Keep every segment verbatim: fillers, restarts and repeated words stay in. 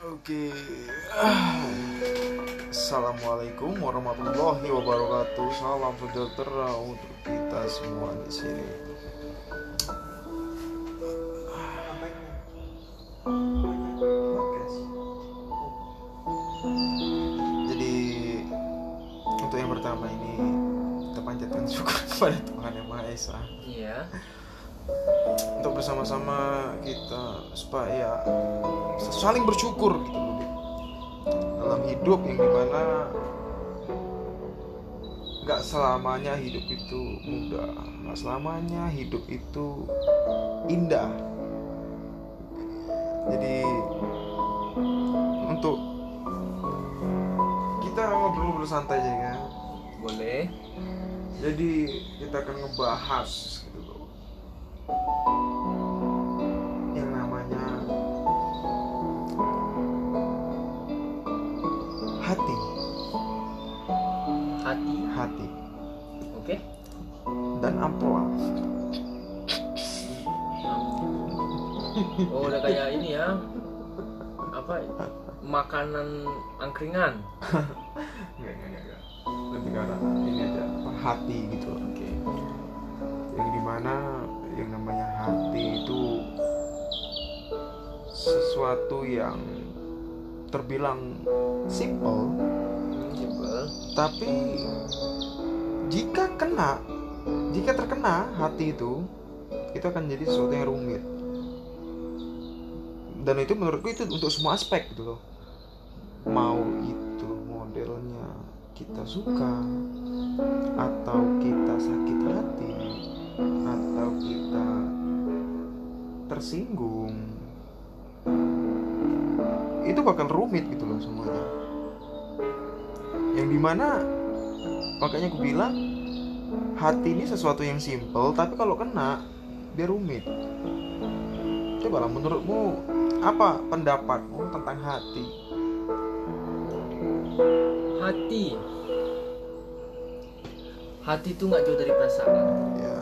Oke. Assalamualaikum warahmatullahi wabarakatuh. Salam sejahtera untuk kita semua di sini. Jadi untuk yang pertama ini kita panjatkan syukur kepada Tuhan Yang Maha Esa. Iya. Untuk bersama-sama kita supaya saling bersyukur gitu loh, dalam hidup yang dimana nggak selamanya hidup itu mudah, nggak selamanya hidup itu indah. Jadi untuk kita ngobrol bersantai aja kan. Boleh. Jadi kita akan ngebahas gitu loh, yang namanya hati. Hati. Hati Oke. dan ampela. Oh, udah kayak ini ya. Apa? Makanan angkringan. Enggak, enggak, enggak. Lebih ke arah ini aja, apa, hati gitu. Oke. Yang dimana yang namanya hati itu sesuatu yang terbilang simple, Simpel. tapi jika kena, jika terkena hati itu, itu akan jadi sesuatu yang rumit. Dan itu menurutku itu untuk semua aspek gitu loh. Mau itu modelnya kita suka, atau kita sakit hati, atau kita tersinggung, itu bakal rumit gitu loh semuanya. Yang dimana makanya aku bilang hati ini sesuatu yang simple, tapi kalau kena dia rumit. Coba lah, menurutmu apa pendapatmu tentang hati? Hati. Hati itu nggak jauh dari perasaan. Ya,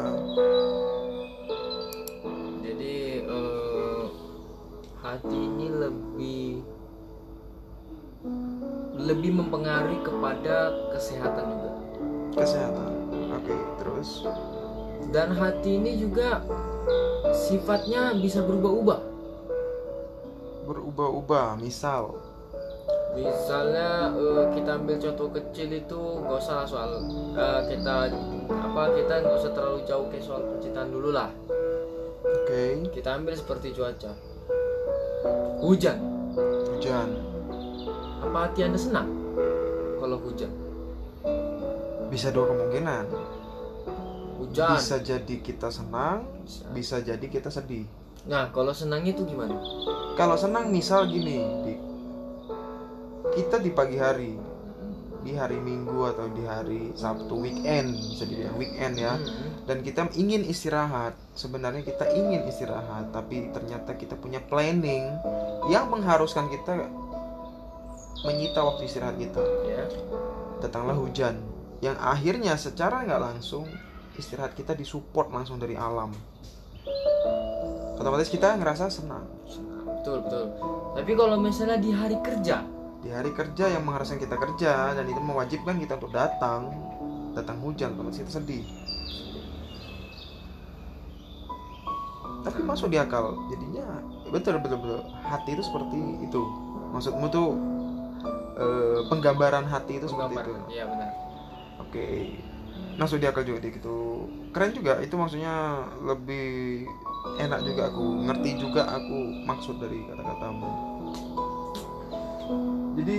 Jadi eh, hati ini lebih lebih mempengaruhi kepada kesehatan juga. kesehatan. Oke, terus Dan hati ini juga sifatnya bisa berubah-ubah. berubah-ubah. Misal, Misalnya eh, kita ambil contoh kecil itu nggak usah soal eh, kita apa kita nggak usah terlalu jauh ke soal percintaan dulu lah. oke, Kita ambil seperti cuaca, hujan. hujan. Apa hati Anda senang kalau hujan? Bisa dua kemungkinan. Hujan. Bisa jadi kita senang, Bisa. bisa jadi kita sedih. Nah, kalau senangnya itu gimana? Kalau senang misal gini, di, kita di pagi hari, di hari Minggu atau di hari Sabtu, weekend, bisa dibilang weekend ya, Hmm. dan kita ingin istirahat. Sebenarnya kita ingin istirahat, tapi ternyata kita punya planning yang mengharuskan kita menyita waktu istirahat kita. Ya. Datanglah hujan, yang akhirnya secara nggak langsung istirahat kita disupport langsung dari alam. Otomatis kita ngerasa senang. Betul betul. Tapi kalau misalnya di hari kerja, Di hari kerja yang mengharuskan kita kerja dan itu mewajibkan kita untuk datang, datang hujan, otomatis kita sedih. Tapi masuk di akal, jadinya betul betul betul. Hati itu seperti itu. Maksudmu tuh eh, penggambaran hati itu seperti penggambar. itu. Iya benar. Oke, masuk di akal juga gitu. Keren juga, itu maksudnya lebih enak juga, aku ngerti juga aku maksud dari kata-katamu. Jadi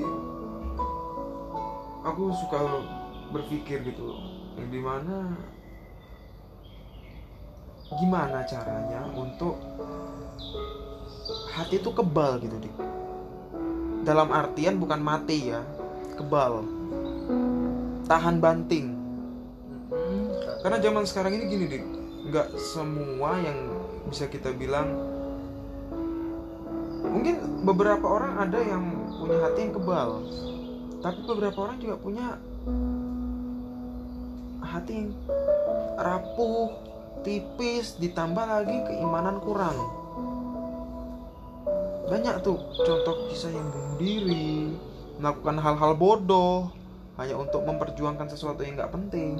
aku suka berpikir gitu, yang dimana gimana caranya untuk hati itu kebal gitu dik. Dalam artian bukan mati ya, kebal, tahan banting. Hmm. Karena zaman sekarang ini gini dik, nggak semua yang bisa kita bilang. Mungkin beberapa orang ada yang punya hati yang kebal, tapi beberapa orang juga punya hati yang rapuh, tipis, ditambah lagi keimanan kurang. banyak tuh contoh kisah yang bunuh diri, melakukan hal-hal bodoh hanya untuk memperjuangkan sesuatu yang nggak penting.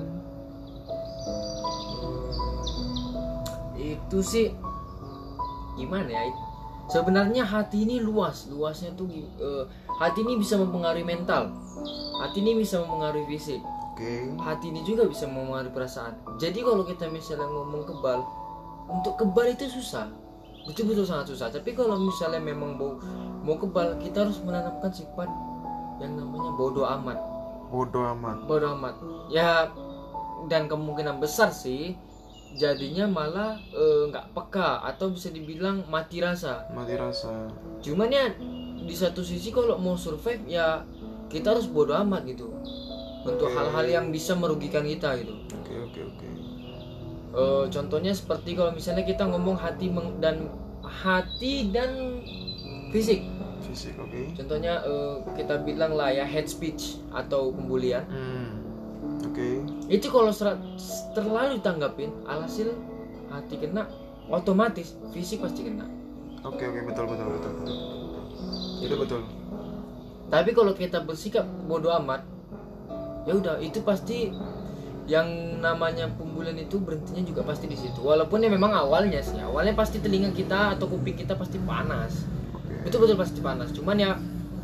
Itu sih gimana ya, sebenarnya hati ini luas luasnya tuh uh, hati ini bisa mempengaruhi mental, hati ini bisa mempengaruhi fisik, Oke. hati ini juga bisa mempengaruhi perasaan. Jadi kalau kita misalnya ngomong kebal, untuk kebal itu susah, betul-betul sangat susah. Tapi kalau misalnya memang mau mau kebal, kita harus menanamkan sifat yang namanya bodoh amat. Bodoh amat. Bodoh amat ya, dan kemungkinan besar sih jadinya malah nggak eh, peka atau bisa dibilang mati rasa. Mati rasa. Cuman ya di satu sisi kalau mau survive ya kita harus bodoh amat gitu untuk Oke. hal-hal yang bisa merugikan kita gitu. Oke oke oke. Eh, contohnya seperti kalau misalnya kita ngomong hati meng- dan hati dan fisik. Fisik, oke. Contohnya eh, kita bilang lah ya hate speech atau pembulian. Hmm. Oke. Itu kalau serat- terlalu ditanggapin, alhasil hati kena, otomatis fisik pasti kena. Oke oke betul betul betul betul. Itu betul. Tapi kalau kita bersikap bodoh amat, ya udah itu pasti yang namanya pembulian itu berhentinya juga pasti di situ. Walaupun ya memang awalnya sih, awalnya pasti telinga kita atau kuping kita pasti panas. Oke. Itu betul pasti panas. Cuman ya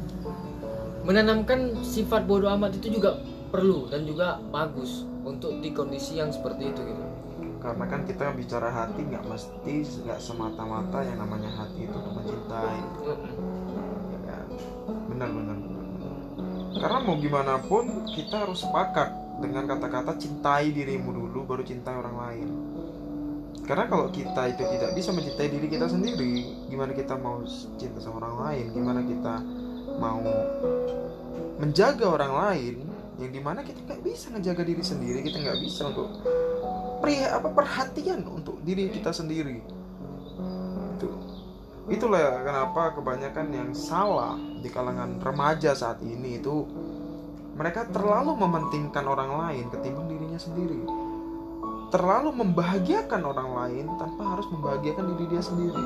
menanamkan sifat bodoh amat itu juga perlu dan juga bagus untuk di kondisi yang seperti itu gitu. Karena kan kita bicara hati nggak mesti nggak semata-mata yang namanya hati itu untuk mencintai, ya kan? Benar benar benar benar. Karena mau gimana pun kita harus sepakat dengan kata-kata cintai dirimu dulu baru cintai orang lain. Karena kalau kita itu tidak bisa mencintai diri kita sendiri, gimana kita mau cinta sama orang lain? Gimana kita mau menjaga orang lain? Yang dimana kita nggak bisa ngejaga diri sendiri, kita nggak bisa untuk pri apa perhatian untuk diri kita sendiri. Itu itulah kenapa kebanyakan yang salah di kalangan remaja saat ini itu mereka terlalu mementingkan orang lain ketimbang dirinya sendiri, terlalu membahagiakan orang lain tanpa harus membahagiakan diri dia sendiri.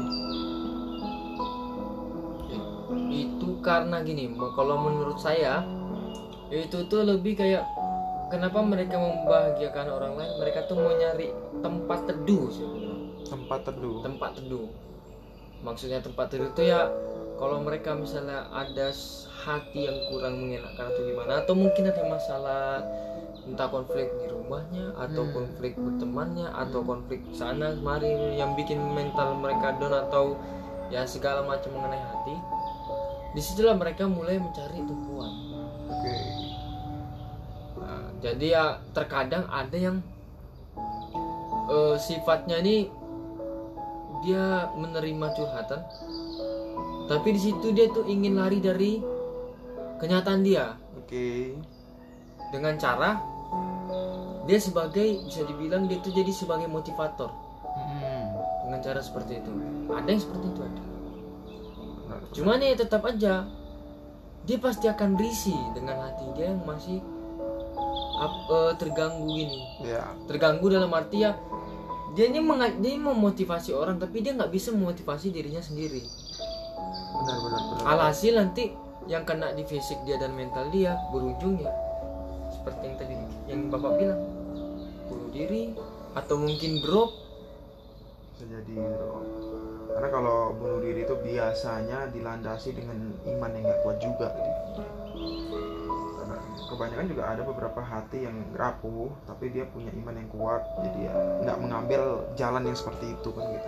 Itu karena gini, kalau menurut saya itu tuh lebih kayak kenapa mereka membahagiakan orang lain, mereka tuh mau nyari tempat teduh sih. Tempat teduh. Tempat teduh maksudnya tempat teduh itu ya kalau mereka misalnya ada hati yang kurang mengenakan atau gimana, atau mungkin ada masalah entah konflik di rumahnya atau Hmm. konflik bertemannya atau konflik sana kemari yang bikin mental mereka down atau ya segala macam mengenai hati, disitulah mereka mulai mencari tumpuan. Oke. Nah, jadi ya terkadang ada yang uh, sifatnya ini dia menerima curhatan, tapi di situ dia tuh ingin lari dari kenyataan dia. Oke. Dengan cara dia sebagai bisa dibilang dia tuh jadi sebagai motivator. Hmm. Dengan cara seperti itu. Ada yang seperti itu ada. Benar. Cuman ya tetap aja dia pasti akan risih dengan hati dia yang masih up- uh, terganggu gini. Ya. Terganggu dalam arti ya dia ini menga- dia memotivasi orang tapi dia nggak bisa memotivasi dirinya sendiri. Benar benar benar. Alhasil nanti yang kena di fisik dia dan mental dia berujung ya seperti yang tadi yang bapak bilang, bunuh diri atau mungkin drop. Bisa jadi gitu. Karena kalau bunuh diri itu biasanya dilandasi dengan iman yang nggak kuat juga gitu. Karena kebanyakan juga ada beberapa hati yang rapuh tapi dia punya iman yang kuat, jadi ya nggak mengambil jalan yang seperti itu kan gitu.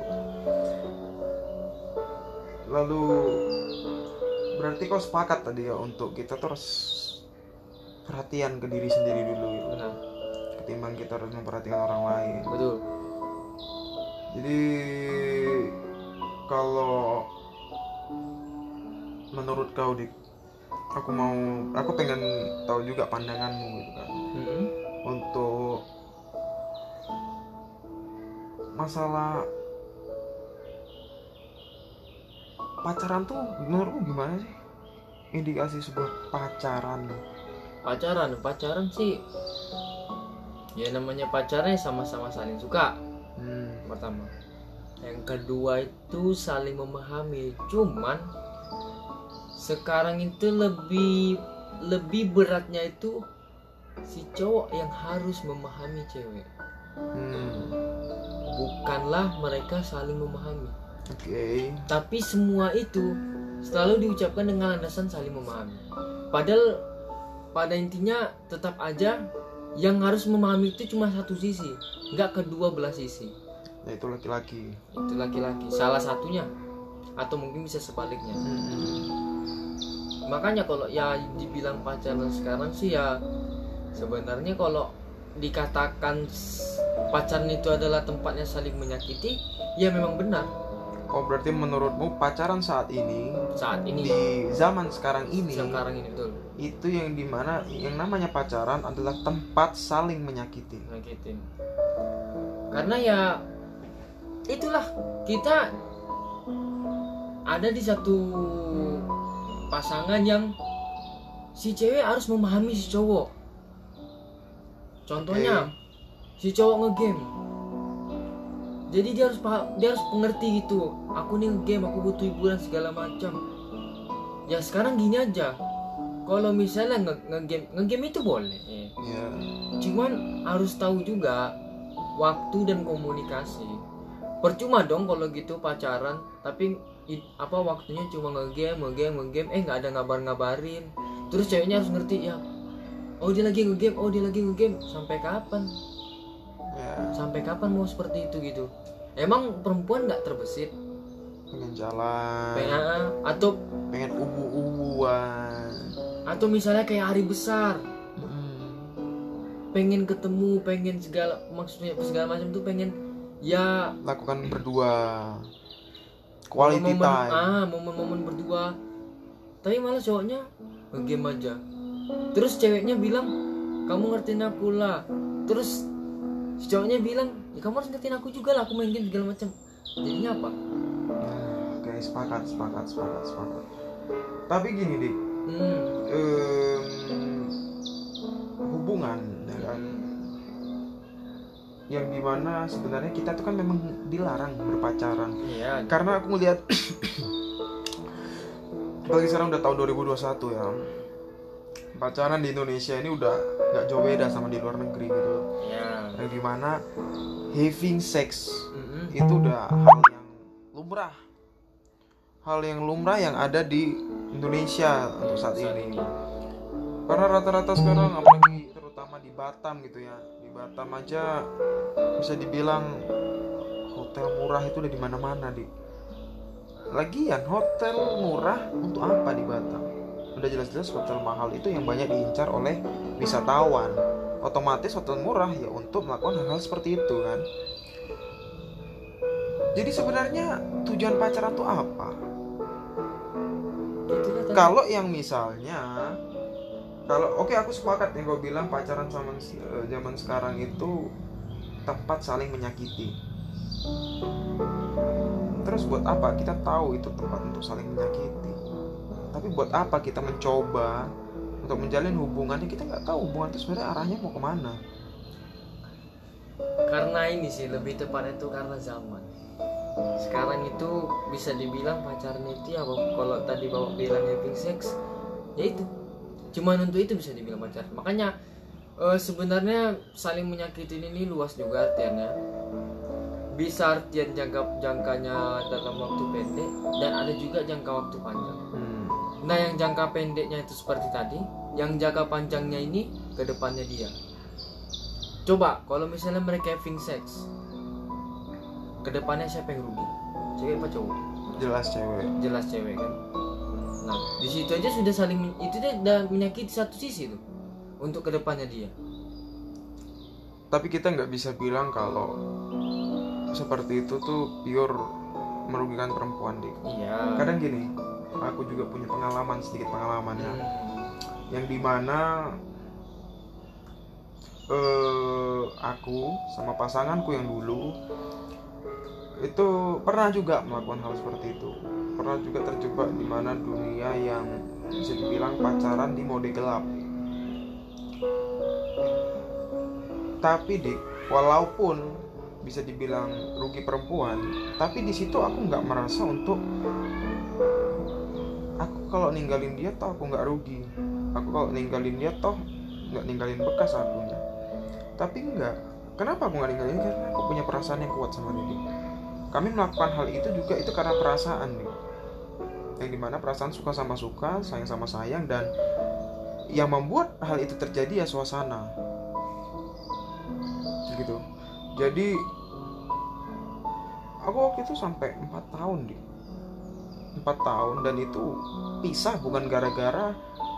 Lalu berarti kau sepakat tadi ya untuk kita terus perhatian ke diri sendiri dulu gitu. Benar, Ketimbang kita harus memperhatikan orang lain. betul. Jadi kalau menurut kau Dik, aku mau aku pengen tahu juga pandanganmu gitu kan Mm-mm. untuk masalah pacaran tuh menurutmu gimana sih? Indikasi sebuah pacaran. Pacaran, pacaran sih ya namanya pacarnya sama-sama saling suka Hmm. pertama. Yang kedua itu saling memahami. Cuman sekarang itu lebih lebih beratnya itu si cowok yang harus memahami cewek. Hmm. Bukanlah mereka saling memahami. Oke. Okay. Tapi semua itu selalu diucapkan dengan landasan saling memahami. Padahal pada intinya tetap aja yang harus memahami itu cuma satu sisi, nggak kedua belah sisi. Nah, itu laki-laki. Itu laki-laki, salah satunya, atau mungkin bisa sebaliknya. Hmm. Makanya kalau ya dibilang pacaran sekarang sih ya sebenarnya kalau dikatakan pacaran itu adalah tempatnya saling menyakiti, ya memang benar. Oh, berarti menurutmu pacaran saat ini, saat ini di zaman sekarang ini, sekarang ini betul. Itu yang dimana yang namanya pacaran adalah tempat saling menyakiti. Menyakitin. Karena ya itulah kita ada di satu pasangan yang si cewek harus memahami si cowok. Contohnya, okay. si cowok ngegame. Jadi dia harus paham, dia harus mengerti gitu. Aku nih ngegame, aku butuh hiburan segala macam. Ya sekarang gini aja. Kalau misalnya nge- ngegame, ngegame itu boleh. Yeah. Cuman harus tahu juga waktu dan komunikasi. Percuma dong kalau gitu pacaran, tapi apa waktunya cuma ngegame, ngegame, ngegame, eh nggak ada ngabar-ngabarin. Terus ceweknya harus ngerti ya. Oh dia lagi ngegame, oh dia lagi ngegame. Sampai kapan? Yeah. Sampai kapan mau seperti itu gitu? Emang perempuan nggak terbesit? Pengen jalan. Pengen atau pengen ubu-ubuan. Atau misalnya kayak hari besar. Hmm. Pengen ketemu, pengen segala maksudnya segala macam tuh pengen ya lakukan berdua. Quality momen, time. Ah, momen-momen berdua. Tapi malah cowoknya ngegame aja. Terus ceweknya bilang, "Kamu ngertiin aku lah." Terus si cowoknya bilang, "Ya kamu harus ngertiin aku juga lah, aku main game segala macam." Jadinya apa? Nah, oke, sepakat, sepakat, sepakat, sepakat. Tapi gini, Dik. Hmm. Um, hubungan ya kan, yang dimana sebenarnya kita tuh kan memang dilarang berpacaran. Iya. Karena aku ngelihat apalagi sekarang udah tahun dua ribu dua puluh satu ya, pacaran di Indonesia ini udah gak jauh beda sama di luar negeri gitu. Iya. Yang dimana having sex Mm-hmm. itu udah hal yang lumrah, hal yang lumrah yang ada di Indonesia untuk saat ini. Karena rata-rata sekarang apalagi terutama di Batam gitu ya, di Batam aja bisa dibilang hotel murah itu udah di mana-mana, Di. Lagian hotel murah untuk apa di Batam? Udah jelas-jelas hotel mahal itu yang banyak diincar oleh wisatawan. Otomatis hotel murah ya untuk melakukan hal-hal seperti itu kan. Jadi sebenarnya tujuan pacaran tuh apa? Kalau yang misalnya, kalau oke okay, aku sepakat yang kau bilang pacaran sama uh, zaman sekarang itu tempat saling menyakiti. Terus buat apa kita tahu itu tempat untuk saling menyakiti? Tapi buat apa kita mencoba untuk menjalin hubungannya, kita nggak tahu hubungan itu sebenarnya arahnya mau kemana? Karena ini sih lebih tepatnya itu karena zaman. Sekarang itu bisa dibilang pacaran itu ya kalau tadi bapak bilang having sex, ya itu cuman untuk itu bisa dibilang pacaran. Makanya e, sebenarnya saling menyakiti ini luas juga artiannya. Bisa artian jangka jangkanya dalam waktu pendek dan ada juga jangka waktu panjang. Hmm. Nah yang jangka pendeknya itu seperti tadi, yang jangka panjangnya ini ke depannya dia. Coba kalau misalnya mereka having sex, kedepannya siapa yang rugi? Cewek apa cowok? Jelas cewek. Jelas cewek kan. Nah di situ aja sudah saling itu dia udah menyakiti satu sisi tuh untuk kedepannya dia. Tapi kita nggak bisa bilang kalau seperti itu tuh pure merugikan perempuan, Dik. Iya. Kadang gini, aku juga punya pengalaman sedikit pengalaman ya, hmm. yang dimana uh, aku sama pasanganku yang dulu itu pernah juga melakukan hal seperti itu, pernah juga terjebak di mana dunia yang bisa dibilang pacaran di mode gelap. Tapi Dik, walaupun bisa dibilang rugi perempuan, tapi di situ aku nggak merasa untuk aku kalau ninggalin dia toh aku nggak rugi, aku kalau ninggalin dia toh nggak ninggalin bekas akunya. Tapi enggak, kenapa aku nggak ninggalin? Karena aku punya perasaan yang kuat sama dia. Kami melakukan hal itu juga itu karena perasaan nih, yang dimana perasaan suka sama suka, sayang sama sayang, dan yang membuat hal itu terjadi ya suasana gitu. Jadi aku waktu itu sampai empat tahun deh, empat tahun, dan itu pisah bukan gara-gara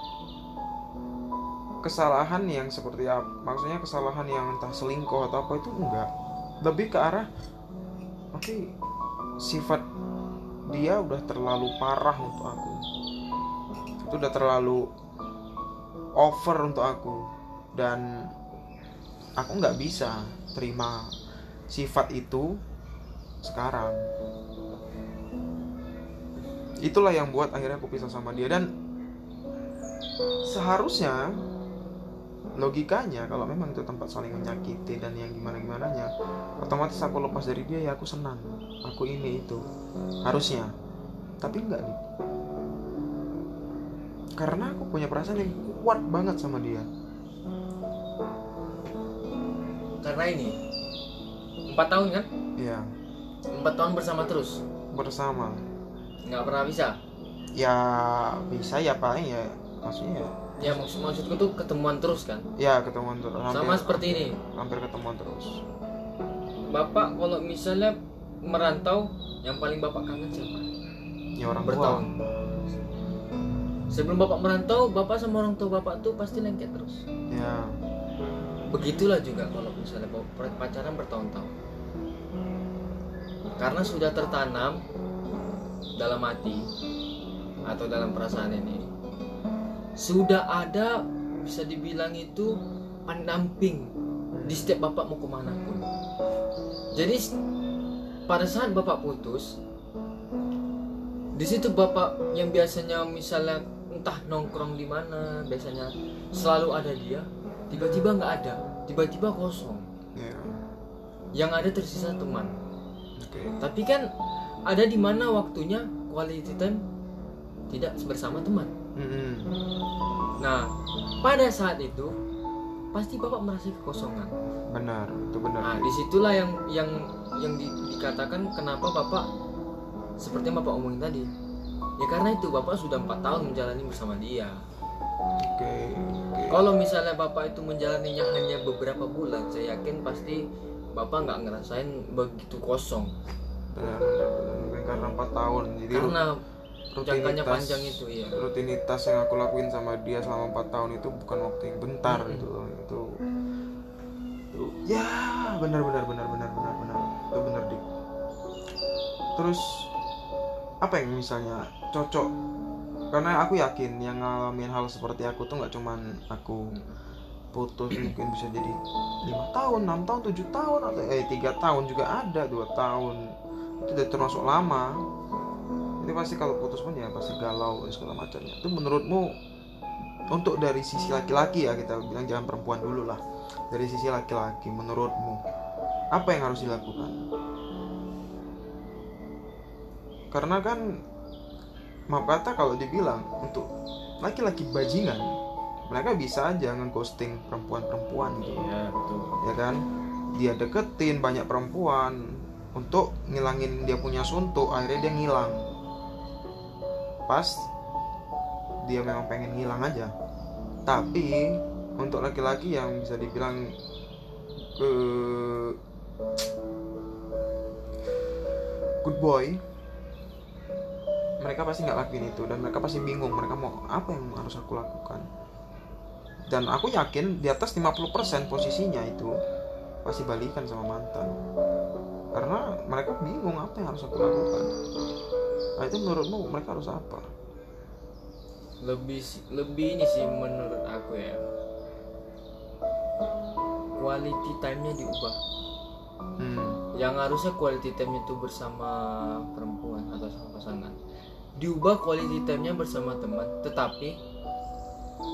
kesalahan yang seperti apa, maksudnya kesalahan yang entah selingkuh atau apa, itu enggak, lebih ke arah oke okay, sifat dia udah terlalu parah untuk aku, itu udah terlalu over untuk aku, dan aku nggak bisa terima sifat itu sekarang. Itulah yang buat akhirnya aku pisah sama dia. Dan seharusnya logikanya kalau memang itu tempat saling menyakiti dan yang gimana-gimananya, otomatis aku lepas dari dia ya aku senang, aku ini itu harusnya. Tapi enggak nih, karena aku punya perasaan yang kuat banget sama dia. Karena ini empat tahun kan? Iya. Empat tahun bersama terus. Bersama. Nggak pernah bisa. Ya bisa ya paling ya, maksudnya ya. Ya maksud maksudku tuh ketemuan terus kan? Ya ketemuan terus. Hampir, sama seperti ini. Hampir ketemuan terus. Bapak kalau misalnya merantau, yang paling bapak kangen siapa? Ya orang bertahun. tua. Sebelum bapak merantau, bapak sama orang tua bapak tuh pasti lengket terus. Ya. Begitulah juga kalau misalnya pacaran bertahun-tahun, karena sudah tertanam dalam hati atau dalam perasaan ini, sudah ada bisa dibilang itu pendamping di setiap bapak mau kemana pun. Jadi pada saat bapak putus, di situ bapak yang biasanya misalnya entah nongkrong di mana, biasanya selalu ada dia, tiba-tiba nggak ada, tiba-tiba kosong. Yeah. Yang ada tersisa teman. Okay. Tapi kan ada di mana waktunya quality time tidak bersama teman. Mm-hmm. Nah, pada saat itu pasti bapak merasa kekosongan. Benar, itu benar. Nah, disitulah yang yang yang di, dikatakan kenapa bapak seperti yang bapak omongin tadi. Ya karena itu bapak sudah empat tahun menjalani bersama dia. Oke. Okay, okay. Kalau misalnya bapak itu menjalaninya hanya beberapa bulan, saya yakin pasti bapak nggak ngerasain begitu kosong. Benar, benar, benar. Mungkin karena empat tahun. Jadi karena jangkanya panjang itu ya. Rutinitas yang aku lakuin sama dia selama empat tahun itu bukan waktu yang bentar. hmm. itu, itu itu ya benar benar benar benar benar benar itu benar dik. Terus apa yang misalnya cocok, karena aku yakin yang ngalamin hal seperti aku tuh nggak cuman aku putus, mungkin bisa jadi lima tahun, enam tahun, tujuh tahun, atau eh tiga tahun juga ada, dua tahun itu udah termasuk lama. Ini pasti kalau putus pun ya pasti galau segala macamnya. Itu menurutmu untuk dari sisi laki-laki ya, kita bilang jangan perempuan dulu lah, dari sisi laki-laki menurutmu apa yang harus dilakukan? Karena kan maaf kata kalau dibilang untuk laki-laki bajingan, mereka bisa aja nge-ghosting perempuan-perempuan gitu. Iya, betul. Ya kan? Dia deketin banyak perempuan untuk ngilangin dia punya suntuk, akhirnya dia ngilang. Pas dia memang pengen ngilang aja. Tapi untuk laki-laki yang bisa dibilang ke good boy, mereka pasti nggak lakuin itu, dan mereka pasti bingung mereka mau apa yang harus aku lakukan. Dan aku yakin di atas lima puluh persen posisinya itu pasti balikan sama mantan, karena mereka bingung apa yang harus aku lakukan. Nah itu menurutmu mereka harus apa? Lebih lebih ini sih menurut aku ya, quality time-nya diubah. hmm. Yang harusnya quality time itu bersama perempuan atau sama pasangan, diubah quality time-nya bersama teman, tetapi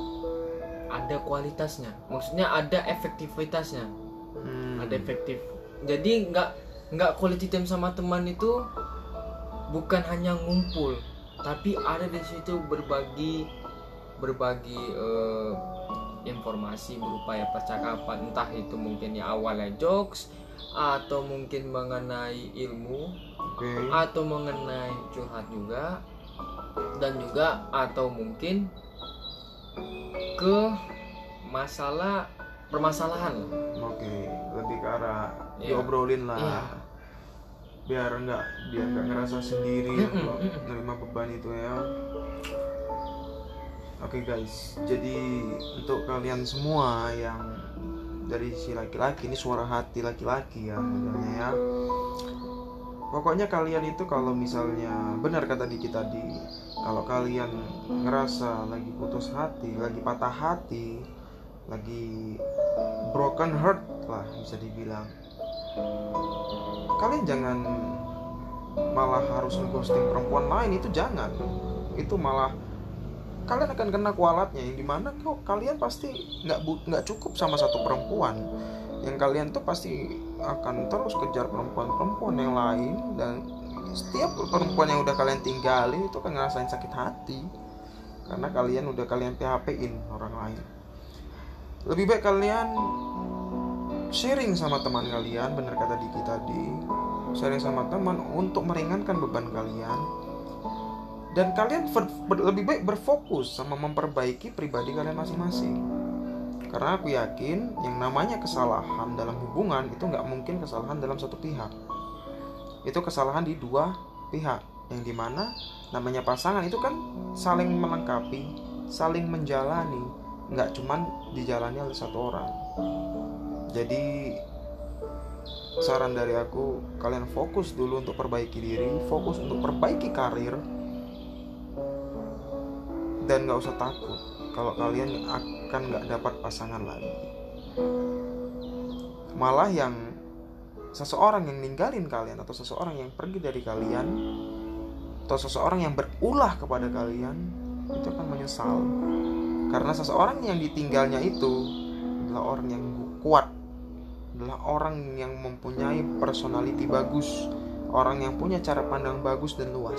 ada kualitasnya, maksudnya ada efektivitasnya. hmm. Ada efektif Jadi nggak nggak quality time sama teman itu bukan hanya ngumpul, tapi ada di situ berbagi berbagi eh, informasi berupa ya percakapan, entah itu mungkin ya awalnya jokes atau mungkin mengenai ilmu, Oke. atau mengenai curhat juga, dan juga atau mungkin ke masalah permasalahan lah. Oke, lebih ke arah Iya. diobrolin lah. Iya. Biar enggak dia enggak ngerasa sendiri Mm-mm, kalau mm-mm. nerima beban itu ya. Oke guys, jadi untuk kalian semua yang dari si laki-laki, ini suara hati laki-laki ya modelnya ya. Pokoknya kalian itu kalau misalnya benar kata Diki tadi, kalau kalian ngerasa lagi putus hati, lagi patah hati, lagi broken heart lah bisa dibilang, kalian jangan malah harus ngeghosting perempuan lain, itu jangan. Itu malah kalian akan kena kualatnya, yang dimana kok kalian pasti nggak bu- nggak cukup sama satu perempuan, yang kalian tuh pasti akan terus kejar perempuan-perempuan yang lain, dan setiap perempuan yang udah kalian tinggalin itu akan ngerasain sakit hati karena kalian udah kalian P H P-in orang lain. Lebih baik kalian sharing sama teman kalian, bener kata Diki tadi, sharing sama teman untuk meringankan beban kalian. Dan kalian ber, ber, lebih baik berfokus sama memperbaiki pribadi kalian masing-masing. Karena aku yakin yang namanya kesalahan dalam hubungan itu nggak mungkin kesalahan dalam satu pihak. Itu kesalahan di dua pihak. Yang dimana namanya pasangan itu kan saling melengkapi, saling menjalani, nggak cuman dijalani oleh satu orang. Jadi saran dari aku, kalian fokus dulu untuk perbaiki diri, fokus untuk perbaiki karir, dan gak usah takut kalau kalian akan gak dapat pasangan lagi. Malah yang seseorang yang ninggalin kalian, atau seseorang yang pergi dari kalian, atau seseorang yang berulah kepada kalian, itu akan menyesal. Karena seseorang yang ditinggalnya itu adalah orang yang kuat, adalah orang yang mempunyai personality bagus, orang yang punya cara pandang bagus dan luas.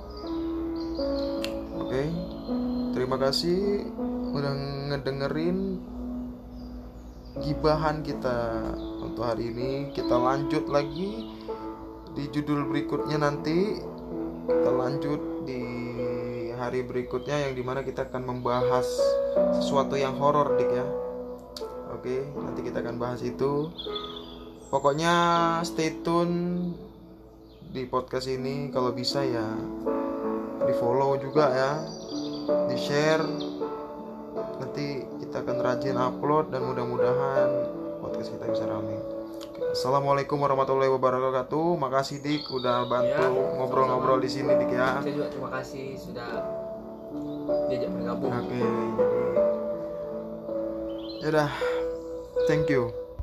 Oke, terima kasih udah ngedengerin gibahan kita untuk hari ini. Kita lanjut lagi di judul berikutnya nanti. Kita lanjut di hari berikutnya yang dimana kita akan membahas sesuatu yang horor, Dik ya. Oke, nanti kita akan bahas itu. Pokoknya stay tune di podcast ini. Kalau bisa ya di follow juga ya, di share. Nanti kita akan rajin upload dan mudah-mudahan podcast kita bisa rame. Assalamualaikum warahmatullahi wabarakatuh. Makasih Dik udah bantu Ya, ngobrol-ngobrol di sini Dik ya. Saya juga terima kasih sudah diajak bergabung. Oke, jadi yaudah, thank you.